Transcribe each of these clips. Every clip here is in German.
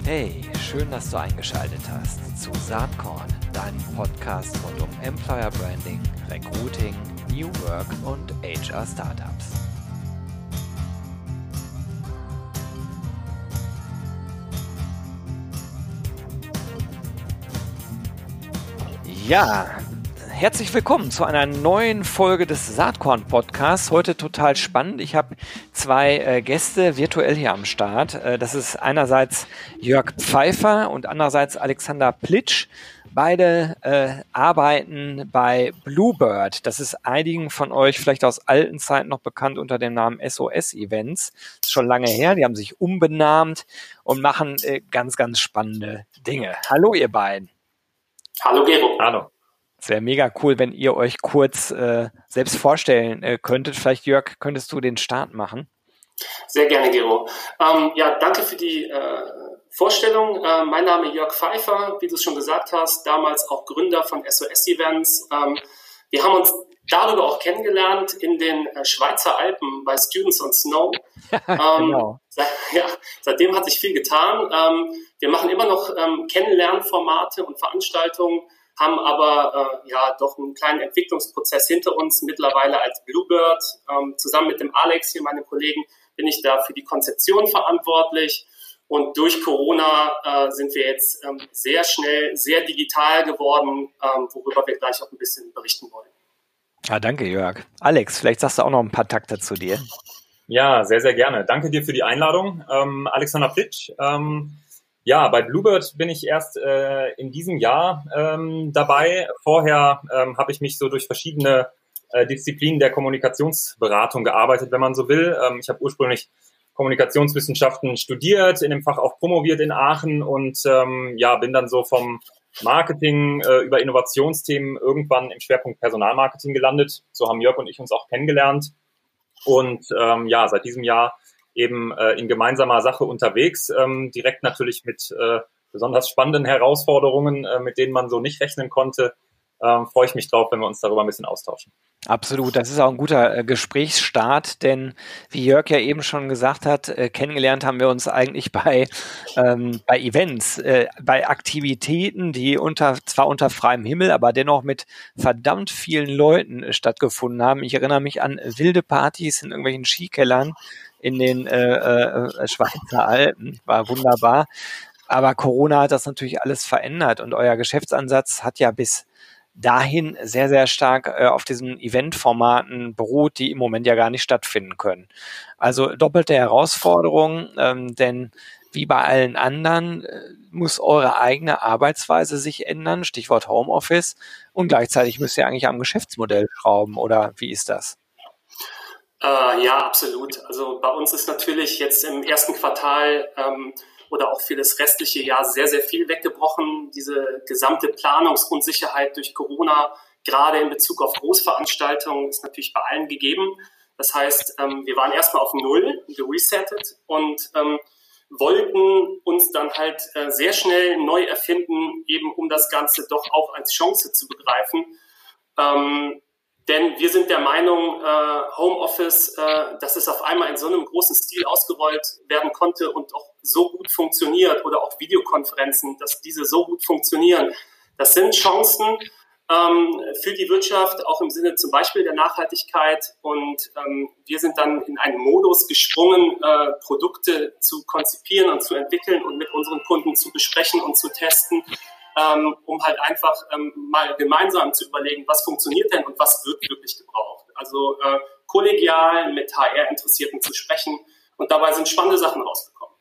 Hey, schön, dass du eingeschaltet hast zu Saatkorn, deinem Podcast rund um Employer Branding, Recruiting, New Work und HR Startups. Ja, herzlich willkommen zu einer neuen Folge des Saatkorn-Podcasts. Heute total spannend. Ich habe zwei Gäste virtuell hier am Start. Das ist einerseits Jörg Pfeiffer und andererseits Alexander Plitsch. Beide arbeiten bei Bluebird. Das ist einigen von euch vielleicht aus alten Zeiten noch bekannt unter dem Namen SOS Events. Das ist schon lange her. Die haben sich umbenannt und machen ganz, ganz spannende Dinge. Hallo ihr beiden. Hallo Gero. Hallo. Es wäre mega cool, wenn ihr euch kurz selbst vorstellen könntet. Vielleicht, Jörg, könntest du den Start machen? Sehr gerne, Gero. Danke für die Vorstellung. Mein Name ist Jörg Pfeiffer, wie du es schon gesagt hast, damals auch Gründer von SOS Events. Wir haben uns darüber auch kennengelernt in den Schweizer Alpen bei Students on Snow. Genau. Seitdem hat sich viel getan. Wir machen immer noch Kennenlernformate und Veranstaltungen, haben aber doch einen kleinen Entwicklungsprozess hinter uns. Mittlerweile als Bluebird, zusammen mit dem Alex, hier meinem Kollegen, bin ich da für die Konzeption verantwortlich. Und durch Corona sind wir jetzt sehr schnell, sehr digital geworden, worüber wir gleich auch ein bisschen berichten wollen. Ja, danke, Jörg. Alex, vielleicht sagst du auch noch ein paar Takte zu dir. Ja, sehr, sehr gerne. Danke dir für die Einladung. Alexander Plitsch. Bei Bluebird bin ich erst in diesem Jahr dabei. Vorher habe ich mich so durch verschiedene Disziplinen der Kommunikationsberatung gearbeitet, wenn man so will. Ich habe ursprünglich Kommunikationswissenschaften studiert, in dem Fach auch promoviert in Aachen und bin dann so vom Marketing über Innovationsthemen irgendwann im Schwerpunkt Personalmarketing gelandet. So haben Jörg und ich uns auch kennengelernt und seit diesem Jahr eben in gemeinsamer Sache unterwegs, direkt natürlich mit besonders spannenden Herausforderungen, mit denen man so nicht rechnen konnte. Freue ich mich drauf, wenn wir uns darüber ein bisschen austauschen. Absolut, das ist auch ein guter Gesprächsstart, denn wie Jörg ja eben schon gesagt hat, kennengelernt haben wir uns eigentlich bei Events, bei Aktivitäten, die zwar unter freiem Himmel, aber dennoch mit verdammt vielen Leuten stattgefunden haben. Ich erinnere mich an wilde Partys in irgendwelchen Skikellern in den Schweizer Alpen, war wunderbar. Aber Corona hat das natürlich alles verändert und euer Geschäftsansatz hat ja bis dahin sehr, sehr stark auf diesen Eventformaten beruht, die im Moment ja gar nicht stattfinden können. Also doppelte Herausforderung, denn wie bei allen anderen muss eure eigene Arbeitsweise sich ändern, Stichwort Homeoffice, und gleichzeitig müsst ihr eigentlich am Geschäftsmodell schrauben, oder wie ist das? Ja, absolut. Also bei uns ist natürlich jetzt im ersten Quartal oder auch für das restliche Jahr sehr, sehr viel weggebrochen. Diese gesamte Planungsunsicherheit durch Corona, gerade in Bezug auf Großveranstaltungen, ist natürlich bei allen gegeben. Das heißt, wir waren erstmal auf Null, geresettet und wollten uns dann halt sehr schnell neu erfinden, eben um das Ganze doch auch als Chance zu begreifen. Denn wir sind der Meinung, Homeoffice, dass es auf einmal in so einem großen Stil ausgerollt werden konnte und auch so gut funktioniert, oder auch Videokonferenzen, dass diese so gut funktionieren. Das sind Chancen für die Wirtschaft, auch im Sinne zum Beispiel der Nachhaltigkeit. Und wir sind dann in einen Modus gesprungen, Produkte zu konzipieren und zu entwickeln und mit unseren Kunden zu besprechen und zu testen, um halt einfach mal gemeinsam zu überlegen, was funktioniert denn und was wird wirklich gebraucht. Also kollegial mit HR-Interessierten zu sprechen, und dabei sind spannende Sachen rausgekommen.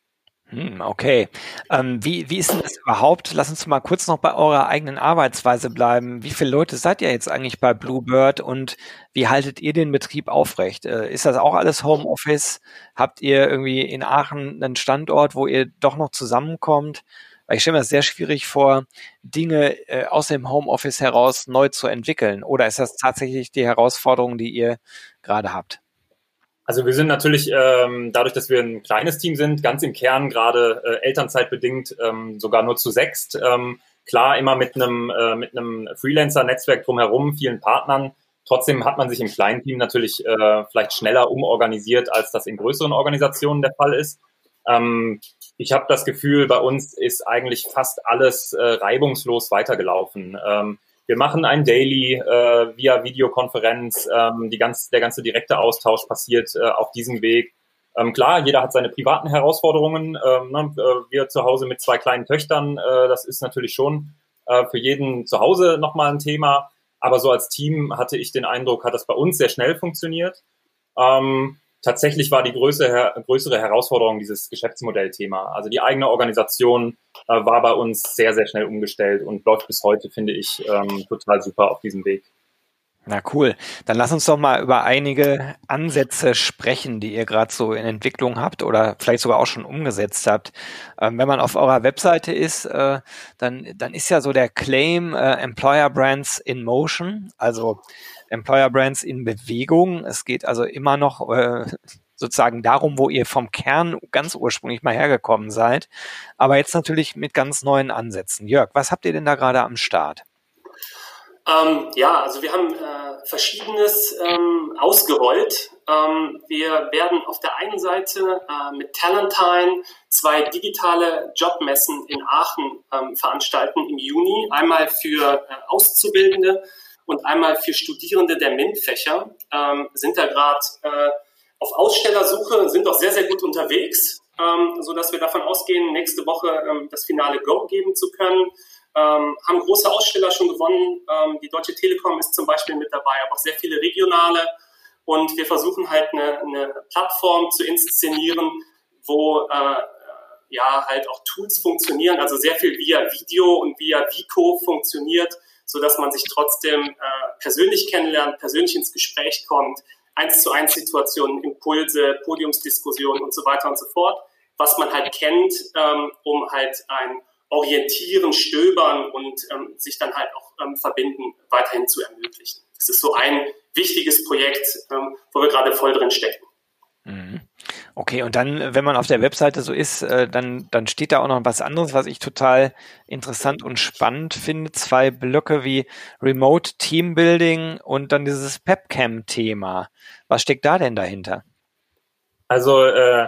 Okay. Wie ist denn das überhaupt? Lass uns mal kurz noch bei eurer eigenen Arbeitsweise bleiben. Wie viele Leute seid ihr jetzt eigentlich bei Bluebird und wie haltet ihr den Betrieb aufrecht? Ist das auch alles Homeoffice? Habt ihr irgendwie in Aachen einen Standort, wo ihr doch noch zusammenkommt? Weil ich stelle mir das sehr schwierig vor, Dinge aus dem Homeoffice heraus neu zu entwickeln. Oder ist das tatsächlich die Herausforderung, die ihr gerade habt? Also wir sind natürlich, dadurch, dass wir ein kleines Team sind, ganz im Kern gerade elternzeitbedingt sogar nur zu 6. Klar, immer mit einem Freelancer-Netzwerk drumherum, vielen Partnern. Trotzdem hat man sich im kleinen Team natürlich vielleicht schneller umorganisiert, als das in größeren Organisationen der Fall ist. Ich habe das Gefühl, bei uns ist eigentlich fast alles reibungslos weitergelaufen. Wir machen ein Daily via Videokonferenz. Der ganze direkte Austausch passiert auf diesem Weg. Klar, jeder hat seine privaten Herausforderungen. Wir zu Hause mit 2 kleinen Töchtern, das ist natürlich schon für jeden zu Hause nochmal ein Thema. Aber so als Team hatte ich den Eindruck, hat das bei uns sehr schnell funktioniert. Tatsächlich war die größere Herausforderung dieses Geschäftsmodellthema. Also die eigene Organisation war bei uns sehr, sehr schnell umgestellt und läuft bis heute, finde ich, total super auf diesem Weg. Na cool. Dann lass uns doch mal über einige Ansätze sprechen, die ihr gerade so in Entwicklung habt oder vielleicht sogar auch schon umgesetzt habt. Wenn man auf eurer Webseite ist, dann ist ja so der Claim Employer Brands in Motion, also Employer Brands in Bewegung. Es geht also immer noch sozusagen darum, wo ihr vom Kern ganz ursprünglich mal hergekommen seid, aber jetzt natürlich mit ganz neuen Ansätzen. Jörg, was habt ihr denn da gerade am Start? Also wir haben Verschiedenes ausgerollt. Wir werden auf der einen Seite mit Talentine 2 digitale Jobmessen in Aachen veranstalten im Juni. Einmal für Auszubildende und einmal für Studierende der MINT-Fächer. Sind da gerade auf Ausstellersuche, sind auch sehr, sehr gut unterwegs, sodass wir davon ausgehen, nächste Woche das finale Go geben zu können. Haben große Aussteller schon gewonnen. Die Deutsche Telekom ist zum Beispiel mit dabei, aber auch sehr viele regionale. Und wir versuchen halt eine Plattform zu inszenieren, wo halt auch Tools funktionieren, also sehr viel via Video und via Vico funktioniert, sodass man sich trotzdem persönlich kennenlernt, persönlich ins Gespräch kommt, 1:1 Situationen, Impulse, Podiumsdiskussionen und so weiter und so fort, was man halt kennt, um halt ein Orientieren, Stöbern und sich dann halt auch verbinden, weiterhin zu ermöglichen. Das ist so ein wichtiges Projekt, wo wir gerade voll drin stecken. Okay, und dann, wenn man auf der Webseite so ist, dann steht da auch noch was anderes, was ich total interessant und spannend finde. 2 Blöcke wie Remote Teambuilding und dann dieses PepCam-Thema. Was steckt da denn dahinter? Also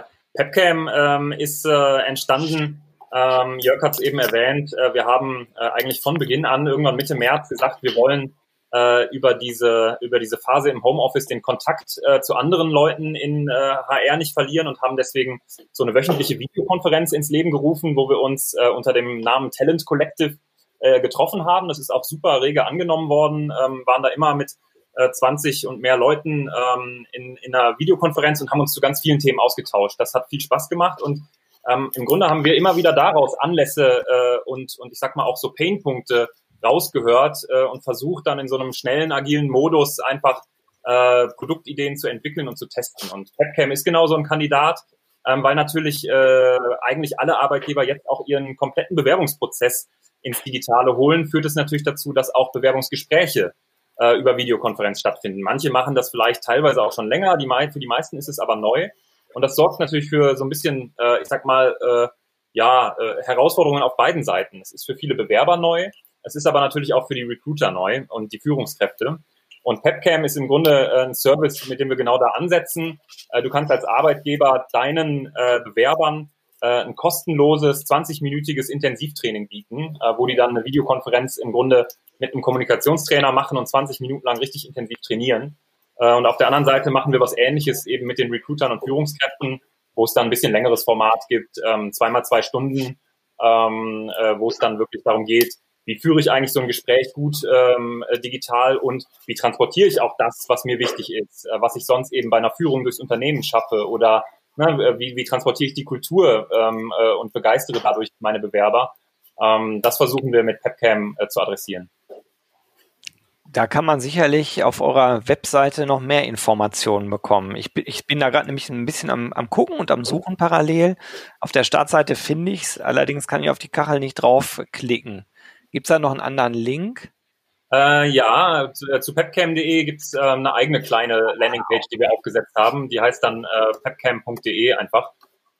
PepCam ist entstanden. Jörg hat es eben erwähnt, wir haben eigentlich von Beginn an, irgendwann Mitte März, gesagt, wir wollen über diese Phase im Homeoffice den Kontakt zu anderen Leuten in HR nicht verlieren und haben deswegen so eine wöchentliche Videokonferenz ins Leben gerufen, wo wir uns unter dem Namen Talent Collective getroffen haben. Das ist auch super rege angenommen worden, waren da immer mit 20 und mehr Leuten in einer Videokonferenz und haben uns zu ganz vielen Themen ausgetauscht. Das hat viel Spaß gemacht und im Grunde haben wir immer wieder daraus Anlässe und ich sag mal auch so Painpunkte rausgehört und versucht dann in so einem schnellen, agilen Modus einfach Produktideen zu entwickeln und zu testen. Und PepCam ist genau so ein Kandidat, weil natürlich eigentlich alle Arbeitgeber jetzt auch ihren kompletten Bewerbungsprozess ins Digitale holen, führt es natürlich dazu, dass auch Bewerbungsgespräche über Videokonferenz stattfinden. Manche machen das vielleicht teilweise auch schon länger, für die meisten ist es aber neu. Und das sorgt natürlich für so ein bisschen, Herausforderungen auf beiden Seiten. Es ist für viele Bewerber neu, es ist aber natürlich auch für die Recruiter neu und die Führungskräfte. Und PepCam ist im Grunde ein Service, mit dem wir genau da ansetzen. Du kannst als Arbeitgeber deinen Bewerbern ein kostenloses 20-minütiges Intensivtraining bieten, wo die dann eine Videokonferenz im Grunde mit einem Kommunikationstrainer machen und 20 Minuten lang richtig intensiv trainieren. Und auf der anderen Seite machen wir was Ähnliches eben mit den Recruitern und Führungskräften, wo es dann ein bisschen längeres Format gibt, 2x2 Stunden, wo es dann wirklich darum geht, wie führe ich eigentlich so ein Gespräch gut digital und wie transportiere ich auch das, was mir wichtig ist, was ich sonst eben bei einer Führung durchs Unternehmen schaffe oder wie transportiere ich die Kultur und begeistere dadurch meine Bewerber. Das versuchen wir mit PepCam zu adressieren. Da kann man sicherlich auf eurer Webseite noch mehr Informationen bekommen. Ich bin da gerade nämlich ein bisschen am Gucken und am Suchen parallel. Auf der Startseite finde ich es, allerdings kann ich auf die Kachel nicht draufklicken. Gibt es da noch einen anderen Link? Zu pepcam.de gibt es eine eigene kleine Landingpage, die wir aufgesetzt haben. Die heißt dann pepcam.de einfach,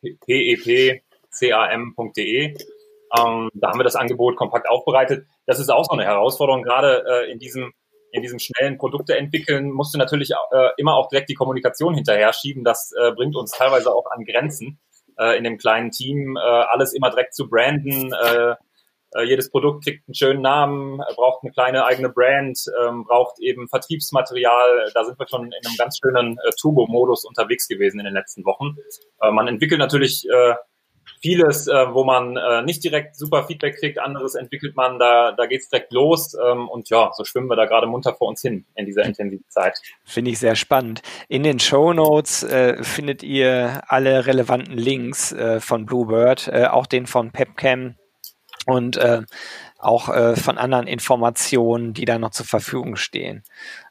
pepcam.de. Da haben wir das Angebot kompakt aufbereitet. Das ist auch so eine Herausforderung, gerade in diesem schnellen Produkte entwickeln, musst du natürlich immer auch direkt die Kommunikation hinterher schieben. Das bringt uns teilweise auch an Grenzen. in dem kleinen Team, alles immer direkt zu branden. Jedes Produkt kriegt einen schönen Namen, braucht eine kleine eigene Brand, braucht eben Vertriebsmaterial. Da sind wir schon in einem ganz schönen Turbo-Modus unterwegs gewesen in den letzten Wochen. Man entwickelt natürlich vieles, wo man nicht direkt super Feedback kriegt, anderes entwickelt man, da geht's direkt los und ja, so schwimmen wir da gerade munter vor uns hin in dieser intensiven Zeit. Finde ich sehr spannend. In den Shownotes findet ihr alle relevanten Links von Bluebird, auch den von PepCam und auch von anderen Informationen, die da noch zur Verfügung stehen.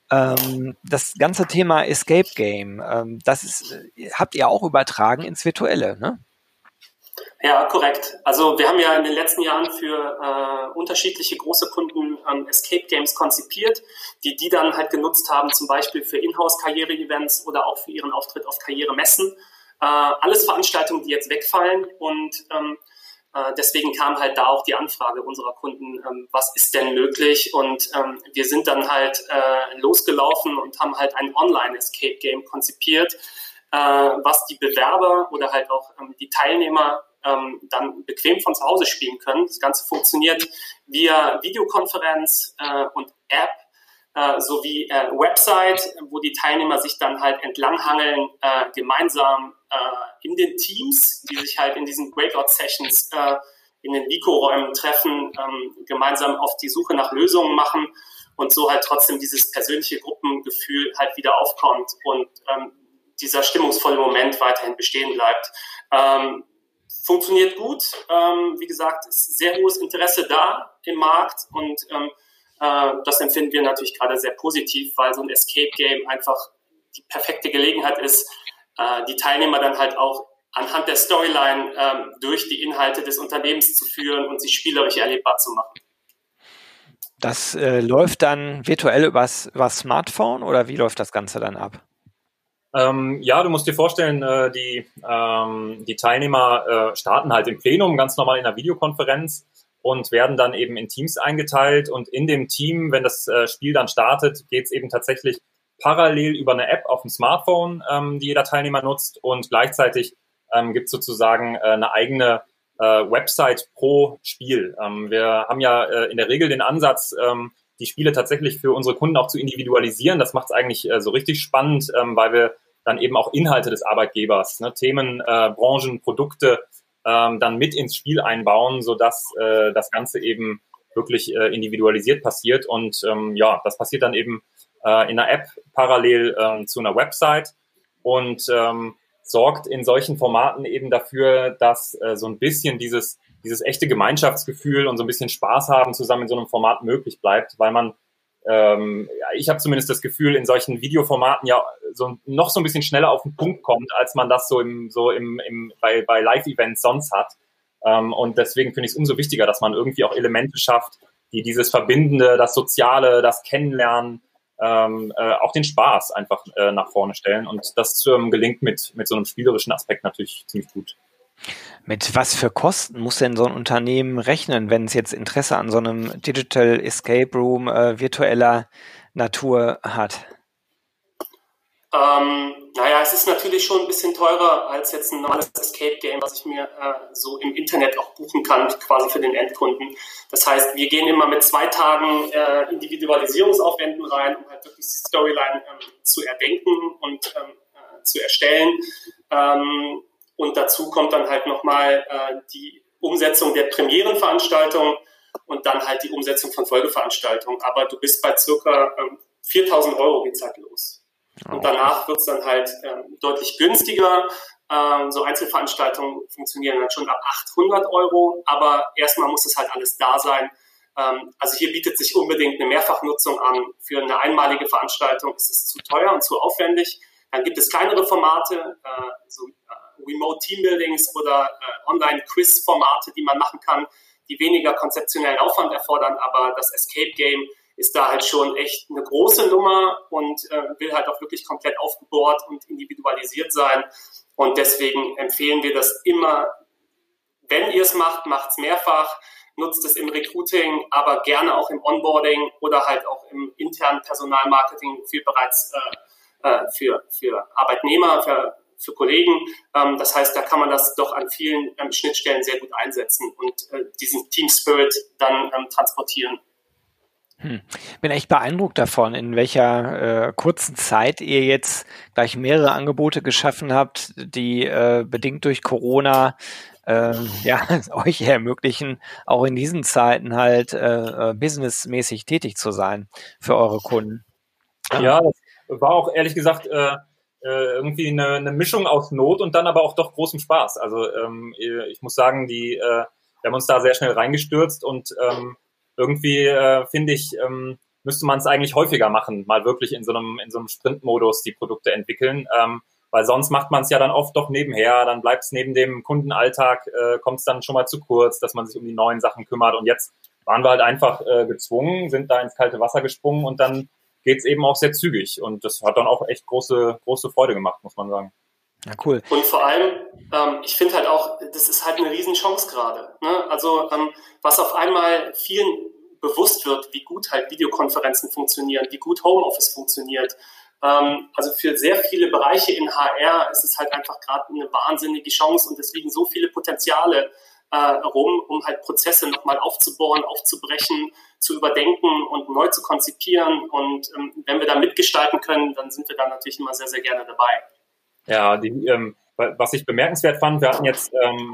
Das ganze Thema Escape Game, habt ihr auch übertragen ins Virtuelle, ne? Ja, korrekt. Also wir haben ja in den letzten Jahren für unterschiedliche große Kunden Escape Games konzipiert, die dann halt genutzt haben, zum Beispiel für Inhouse-Karriere-Events oder auch für ihren Auftritt auf Karrieremessen. Alles Veranstaltungen, die jetzt wegfallen und deswegen kam halt da auch die Anfrage unserer Kunden, was ist denn möglich? Und wir sind dann halt losgelaufen und haben halt ein Online-Escape-Game konzipiert, was die Bewerber oder halt auch die Teilnehmer dann bequem von zu Hause spielen können. Das Ganze funktioniert via Videokonferenz und App sowie Website, wo die Teilnehmer sich dann halt entlanghangeln, gemeinsam in den Teams, die sich halt in diesen Breakout-Sessions in den Vico-Räumen treffen, gemeinsam auf die Suche nach Lösungen machen und so halt trotzdem dieses persönliche Gruppengefühl halt wieder aufkommt und dieser stimmungsvolle Moment weiterhin bestehen bleibt. Funktioniert gut. Wie gesagt, ist sehr hohes Interesse da im Markt und das empfinden wir natürlich gerade sehr positiv, weil so ein Escape-Game einfach die perfekte Gelegenheit ist, die Teilnehmer dann halt auch anhand der Storyline durch die Inhalte des Unternehmens zu führen und sie spielerisch erlebbar zu machen. Das läuft dann virtuell übers Smartphone oder wie läuft das Ganze dann ab? Ja, du musst dir vorstellen, die Teilnehmer starten halt im Plenum, ganz normal in einer Videokonferenz und werden dann eben in Teams eingeteilt. Und in dem Team, wenn das Spiel dann startet, geht es eben tatsächlich parallel über eine App auf dem Smartphone, die jeder Teilnehmer nutzt. Und gleichzeitig gibt es sozusagen eine eigene Website pro Spiel. Wir haben ja in der Regel den Ansatz, die Spiele tatsächlich für unsere Kunden auch zu individualisieren. Das macht es eigentlich so richtig spannend, weil wir dann eben auch Inhalte des Arbeitgebers, ne, Themen, Branchen, Produkte dann mit ins Spiel einbauen, sodass das Ganze eben wirklich individualisiert passiert. Und ja, das passiert dann eben in einer App parallel zu einer Website und sorgt in solchen Formaten eben dafür, dass so ein bisschen dieses echte Gemeinschaftsgefühl und so ein bisschen Spaß haben zusammen in so einem Format möglich bleibt, weil man, ich habe zumindest das Gefühl, in solchen Videoformaten ja noch so ein bisschen schneller auf den Punkt kommt, als man das bei Live-Events sonst hat. Und deswegen finde ich es umso wichtiger, dass man irgendwie auch Elemente schafft, die dieses Verbindende, das Soziale, das Kennenlernen, auch den Spaß einfach nach vorne stellen. Und das gelingt mit so einem spielerischen Aspekt natürlich ziemlich gut. Mit was für Kosten muss denn so ein Unternehmen rechnen, wenn es jetzt Interesse an so einem Digital Escape Room virtueller Natur hat? Naja, es ist natürlich schon ein bisschen teurer als jetzt ein normales Escape Game, was ich mir so im Internet auch buchen kann, quasi für den Endkunden. Das heißt, wir gehen immer mit 2 Tagen Individualisierungsaufwänden rein, um halt wirklich die Storyline zu erdenken und zu erstellen. Und dazu kommt dann halt nochmal die Umsetzung der Premierenveranstaltung und dann halt die Umsetzung von Folgeveranstaltungen. Aber du bist bei circa 4.000 € geht's halt los. Und danach wird's dann halt deutlich günstiger. So Einzelveranstaltungen funktionieren dann schon ab 800 €, aber erstmal muss das halt alles da sein. Also hier bietet sich unbedingt eine Mehrfachnutzung an. Für eine einmalige Veranstaltung ist es zu teuer und zu aufwendig. Dann gibt es kleinere Formate, Remote Teambuildings oder Online-Quiz-Formate, die man machen kann, die weniger konzeptionellen Aufwand erfordern, aber das Escape Game ist da halt schon echt eine große Nummer und will halt auch wirklich komplett aufgebohrt und individualisiert sein. Und deswegen empfehlen wir das immer, wenn ihr es macht, macht es mehrfach, nutzt es im Recruiting, aber gerne auch im Onboarding oder halt auch im internen Personalmarketing für bereits für Arbeitnehmer, für Kollegen. Das heißt, da kann man das doch an vielen Schnittstellen sehr gut einsetzen und diesen Team Spirit dann transportieren. Bin echt beeindruckt davon, in welcher kurzen Zeit ihr jetzt gleich mehrere Angebote geschaffen habt, die bedingt durch Corona euch ermöglichen, auch in diesen Zeiten halt businessmäßig tätig zu sein für eure Kunden. Ja, das war auch ehrlich gesagt irgendwie eine Mischung aus Not und dann aber auch doch großem Spaß. Also ich muss sagen, wir haben uns da sehr schnell reingestürzt und irgendwie finde ich, müsste man es eigentlich häufiger machen, mal wirklich in so einem Sprintmodus die Produkte entwickeln, weil sonst macht man es ja dann oft doch nebenher, dann bleibt es neben dem Kundenalltag, kommt es dann schon mal zu kurz, dass man sich um die neuen Sachen kümmert und jetzt waren wir halt einfach gezwungen, sind da ins kalte Wasser gesprungen und dann geht's eben auch sehr zügig und das hat dann auch echt große Freude gemacht, muss man sagen. Ja, cool. Und vor allem, ich finde halt auch, das ist halt eine Riesenchance gerade. Ne? Also was auf einmal vielen bewusst wird, wie gut halt Videokonferenzen funktionieren, wie gut Homeoffice funktioniert. Also für sehr viele Bereiche in HR ist es halt einfach gerade eine wahnsinnige Chance und es liegen so viele Potenziale rum, um halt Prozesse nochmal aufzubohren, aufzubrechen, zu überdenken und neu zu konzipieren. Und wenn wir da mitgestalten können, dann sind wir da natürlich immer sehr, sehr gerne dabei. Ja, was ich bemerkenswert fand, wir hatten jetzt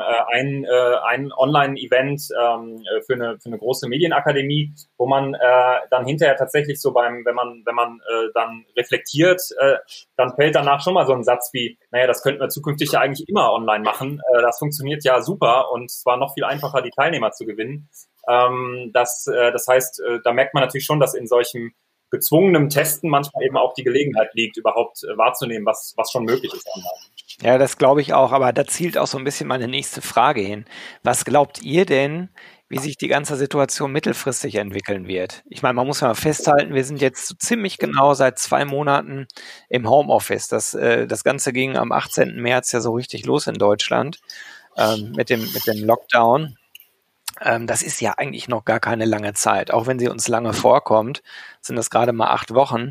ein Online-Event für eine große Medienakademie, wo man dann hinterher tatsächlich so wenn man dann reflektiert, dann fällt danach schon mal so ein Satz wie, naja, das könnten wir zukünftig ja eigentlich immer online machen. Das funktioniert ja super und es war noch viel einfacher, die Teilnehmer zu gewinnen. Das heißt, da merkt man natürlich schon, dass in solchem gezwungenem Testen manchmal eben auch die Gelegenheit liegt, überhaupt wahrzunehmen, was schon möglich ist. Ja, das glaube ich auch, aber da zielt auch so ein bisschen meine nächste Frage hin. Was glaubt ihr denn, wie sich die ganze Situation mittelfristig entwickeln wird? Ich meine, man muss ja mal festhalten, wir sind jetzt so ziemlich genau seit 2 Monaten im Homeoffice. Das Ganze ging am 18. März ja so richtig los in Deutschland mit dem Lockdown. Das ist ja eigentlich noch gar keine lange Zeit. Auch wenn sie uns lange vorkommt, sind das gerade mal 8 Wochen.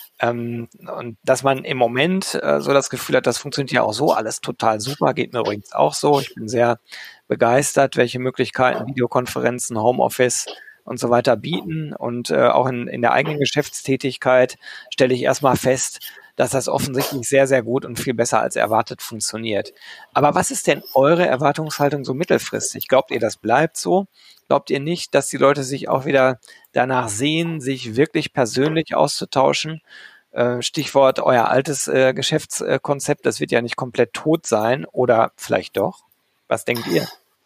Und dass man im Moment so das Gefühl hat, das funktioniert ja auch so alles total super, geht mir übrigens auch so. Ich bin sehr begeistert, welche Möglichkeiten Videokonferenzen, Homeoffice und so weiter bieten. Und auch in der eigenen Geschäftstätigkeit stelle ich erstmal fest, dass das offensichtlich sehr, sehr gut und viel besser als erwartet funktioniert. Aber was ist denn eure Erwartungshaltung so mittelfristig? Glaubt ihr, das bleibt so? Glaubt ihr nicht, dass die Leute sich auch wieder danach sehen, sich wirklich persönlich auszutauschen? Stichwort euer altes Geschäftskonzept, das wird ja nicht komplett tot sein oder vielleicht doch? Was denkt ihr?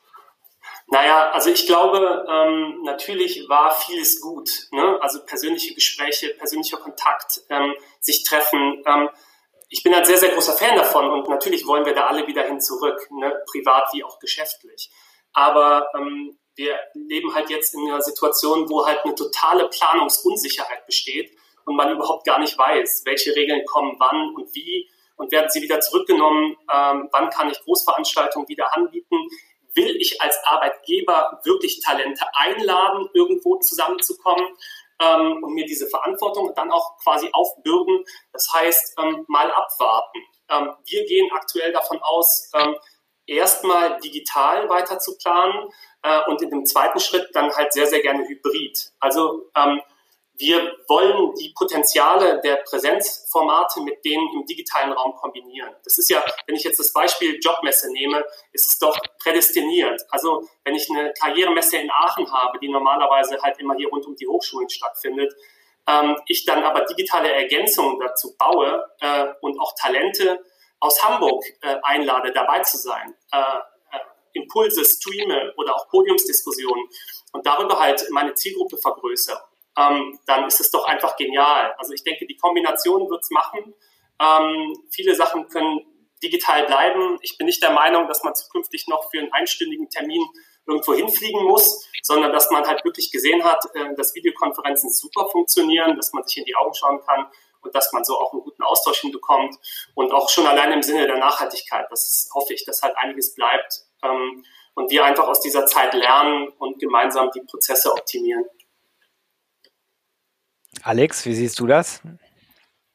Naja, also ich glaube, natürlich war vieles gut. Ne? Also persönliche Gespräche, persönlicher Kontakt, sich treffen. Ich bin ein sehr, sehr großer Fan davon und natürlich wollen wir da alle wieder hin zurück, ne? Privat wie auch geschäftlich. Aber wir leben halt jetzt in einer Situation, wo halt eine totale Planungsunsicherheit besteht und man überhaupt gar nicht weiß, welche Regeln kommen wann und wie und werden sie wieder zurückgenommen, wann kann ich Großveranstaltungen wieder anbieten. Will ich als Arbeitgeber wirklich Talente einladen, irgendwo zusammenzukommen und mir diese Verantwortung dann auch quasi aufbürden? Das heißt, mal abwarten. Wir gehen aktuell davon aus, erstmal digital weiter zu planen und in dem zweiten Schritt dann halt sehr, sehr gerne hybrid. Also wir wollen die Potenziale der Präsenzformate mit denen im digitalen Raum kombinieren. Das ist ja, wenn ich jetzt das Beispiel Jobmesse nehme, ist es doch prädestiniert. Also wenn ich eine Karrieremesse in Aachen habe, die normalerweise halt immer hier rund um die Hochschulen stattfindet, ich dann aber digitale Ergänzungen dazu baue und auch Talente aus Hamburg einlade, dabei zu sein, Impulse streame oder auch Podiumsdiskussionen und darüber halt meine Zielgruppe vergrößere. Dann ist es doch einfach genial. Also ich denke, die Kombination wird's machen. Viele Sachen können digital bleiben. Ich bin nicht der Meinung, dass man zukünftig noch für einen einstündigen Termin irgendwo hinfliegen muss, sondern dass man halt wirklich gesehen hat, dass Videokonferenzen super funktionieren, dass man sich in die Augen schauen kann und dass man so auch einen guten Austausch hinbekommt und auch schon allein im Sinne der Nachhaltigkeit. Das hoffe ich, dass halt einiges bleibt und wir einfach aus dieser Zeit lernen und gemeinsam die Prozesse optimieren. Alex, wie siehst du das?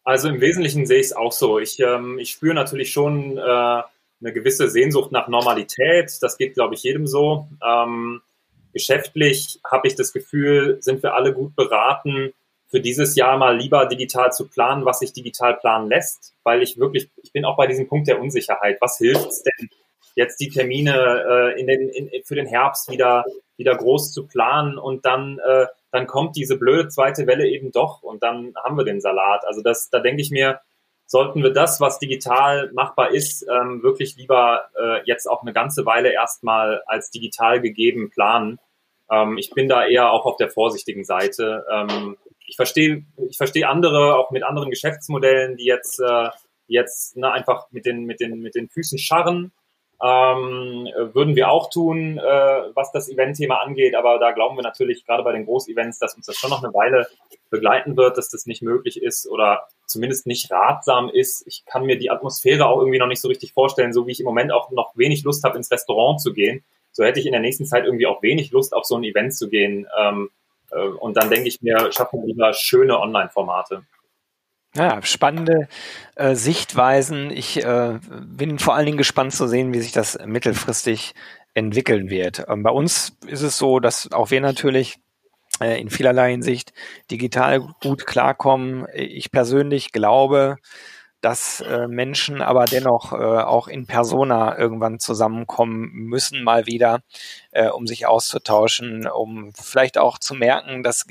Also im Wesentlichen sehe ich es auch so. Ich spüre natürlich schon eine gewisse Sehnsucht nach Normalität. Das geht, glaube ich, jedem so. Geschäftlich habe ich das Gefühl, sind wir alle gut beraten, für dieses Jahr mal lieber digital zu planen, was sich digital planen lässt, weil ich bin auch bei diesem Punkt der Unsicherheit. Was hilft es denn, jetzt die Termine für den Herbst wieder groß zu planen und dann kommt diese blöde zweite Welle eben doch und dann haben wir den Salat. Also da denke ich mir, sollten wir das, was digital machbar ist, wirklich lieber jetzt auch eine ganze Weile erstmal als digital gegeben planen. Ich bin da eher auch auf der vorsichtigen Seite. Ich verstehe andere, auch mit anderen Geschäftsmodellen, die jetzt einfach mit den Füßen scharren. Würden wir auch tun, was das Event-Thema angeht, aber da glauben wir natürlich gerade bei den Groß-Events, dass uns das schon noch eine Weile begleiten wird, dass das nicht möglich ist oder zumindest nicht ratsam ist. Ich kann mir die Atmosphäre auch irgendwie noch nicht so richtig vorstellen, so wie ich im Moment auch noch wenig Lust habe, ins Restaurant zu gehen. So hätte ich in der nächsten Zeit irgendwie auch wenig Lust, auf so ein Event zu gehen. Und dann denke ich mir, schaffen wir lieber schöne Online-Formate. Ja, spannende Sichtweisen. Ich bin vor allen Dingen gespannt zu sehen, wie sich das mittelfristig entwickeln wird. Bei uns ist es so, dass auch wir natürlich in vielerlei Hinsicht digital gut klarkommen. Ich persönlich glaube, dass Menschen aber dennoch auch in Persona irgendwann zusammenkommen müssen, mal wieder, um sich auszutauschen, um vielleicht auch zu merken, dass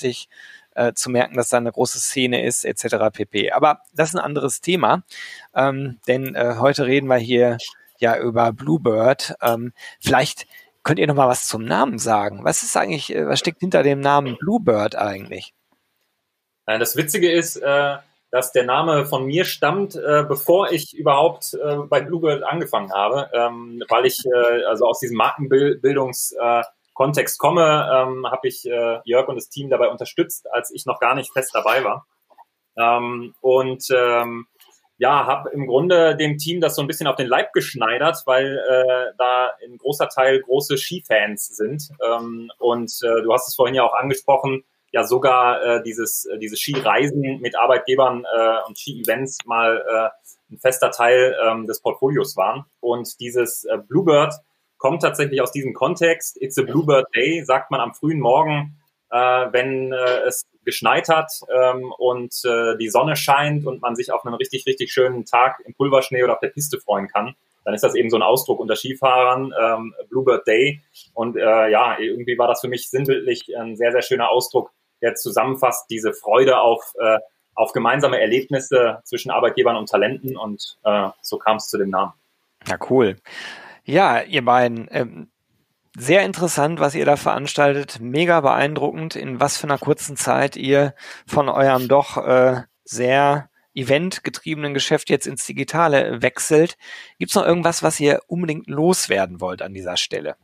da eine große Szene ist, etc. pp. Aber das ist ein anderes Thema, denn heute reden wir hier ja über Bluebird. Vielleicht könnt ihr noch mal was zum Namen sagen. Was steckt hinter dem Namen Bluebird eigentlich? Das Witzige ist, dass der Name von mir stammt, bevor ich überhaupt bei Bluebird angefangen habe, weil ich also aus diesem Markenbildungskontext komme, habe ich Jörg und das Team dabei unterstützt, als ich noch gar nicht fest dabei war. Habe im Grunde dem Team das so ein bisschen auf den Leib geschneidert, weil da ein großer Teil große Skifans sind. Du hast es vorhin ja auch angesprochen, ja sogar diese Skireisen mit Arbeitgebern und Ski-Events mal ein fester Teil des Portfolios waren. Und dieses Bluebird kommt tatsächlich aus diesem Kontext. It's a Bluebird Day, sagt man am frühen Morgen, wenn es geschneit hat und die Sonne scheint und man sich auf einen richtig, richtig schönen Tag im Pulverschnee oder auf der Piste freuen kann. Dann ist das eben so ein Ausdruck unter Skifahrern, Bluebird Day. Und irgendwie war das für mich sinnbildlich ein sehr, sehr schöner Ausdruck, der zusammenfasst diese Freude auf gemeinsame Erlebnisse zwischen Arbeitgebern und Talenten. Und so kam es zu dem Namen. Ja, cool. Ja, ihr beiden, sehr interessant, was ihr da veranstaltet. Mega beeindruckend, in was für einer kurzen Zeit ihr von eurem doch sehr eventgetriebenen Geschäft jetzt ins Digitale wechselt. Gibt es noch irgendwas, was ihr unbedingt loswerden wollt an dieser Stelle?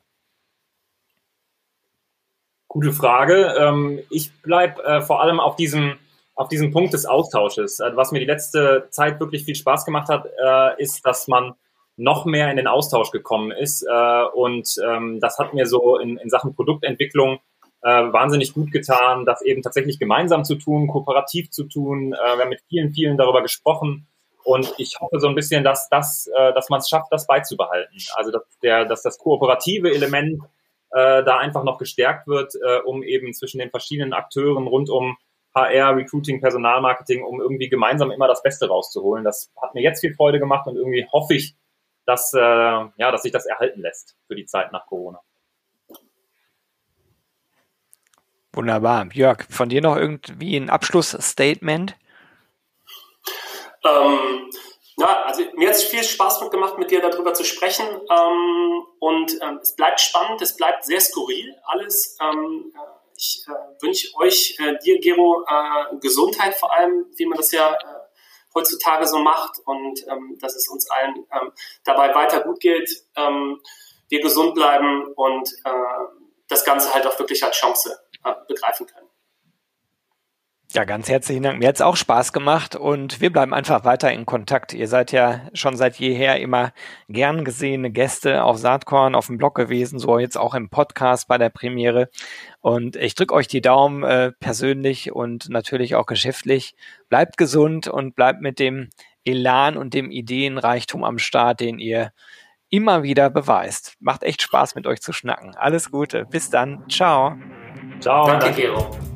Gute Frage. Ich bleibe vor allem auf diesem Punkt des Austausches. Was mir die letzte Zeit wirklich viel Spaß gemacht hat, ist, dass man noch mehr in den Austausch gekommen ist. Das hat mir so in Sachen Produktentwicklung wahnsinnig gut getan, das eben tatsächlich gemeinsam zu tun, kooperativ zu tun. Wir haben mit vielen, vielen darüber gesprochen. Und ich hoffe so ein bisschen, dass man es schafft, das beizubehalten. Also dass das kooperative Element da einfach noch gestärkt wird, um eben zwischen den verschiedenen Akteuren rund um HR, Recruiting, Personalmarketing, um irgendwie gemeinsam immer das Beste rauszuholen. Das hat mir jetzt viel Freude gemacht und irgendwie hoffe ich, dass sich das erhalten lässt für die Zeit nach Corona. Wunderbar. Jörg, von dir noch irgendwie ein Abschlussstatement? Also mir hat es viel Spaß gemacht, mit dir darüber zu sprechen. Es bleibt spannend, es bleibt sehr skurril alles. Ich wünsche euch, dir, Gero, Gesundheit vor allem, wie man das ja heutzutage so macht und dass es uns allen dabei weiter gut geht, wir gesund bleiben und das Ganze halt auch wirklich als Chance begreifen können. Ja, ganz herzlichen Dank. Mir hat es auch Spaß gemacht und wir bleiben einfach weiter in Kontakt. Ihr seid ja schon seit jeher immer gern gesehene Gäste auf Saatkorn, auf dem Blog gewesen, so jetzt auch im Podcast bei der Premiere. Und ich drücke euch die Daumen persönlich und natürlich auch geschäftlich. Bleibt gesund und bleibt mit dem Elan und dem Ideenreichtum am Start, den ihr immer wieder beweist. Macht echt Spaß, mit euch zu schnacken. Alles Gute. Bis dann. Ciao. Ciao. Danke, Gero.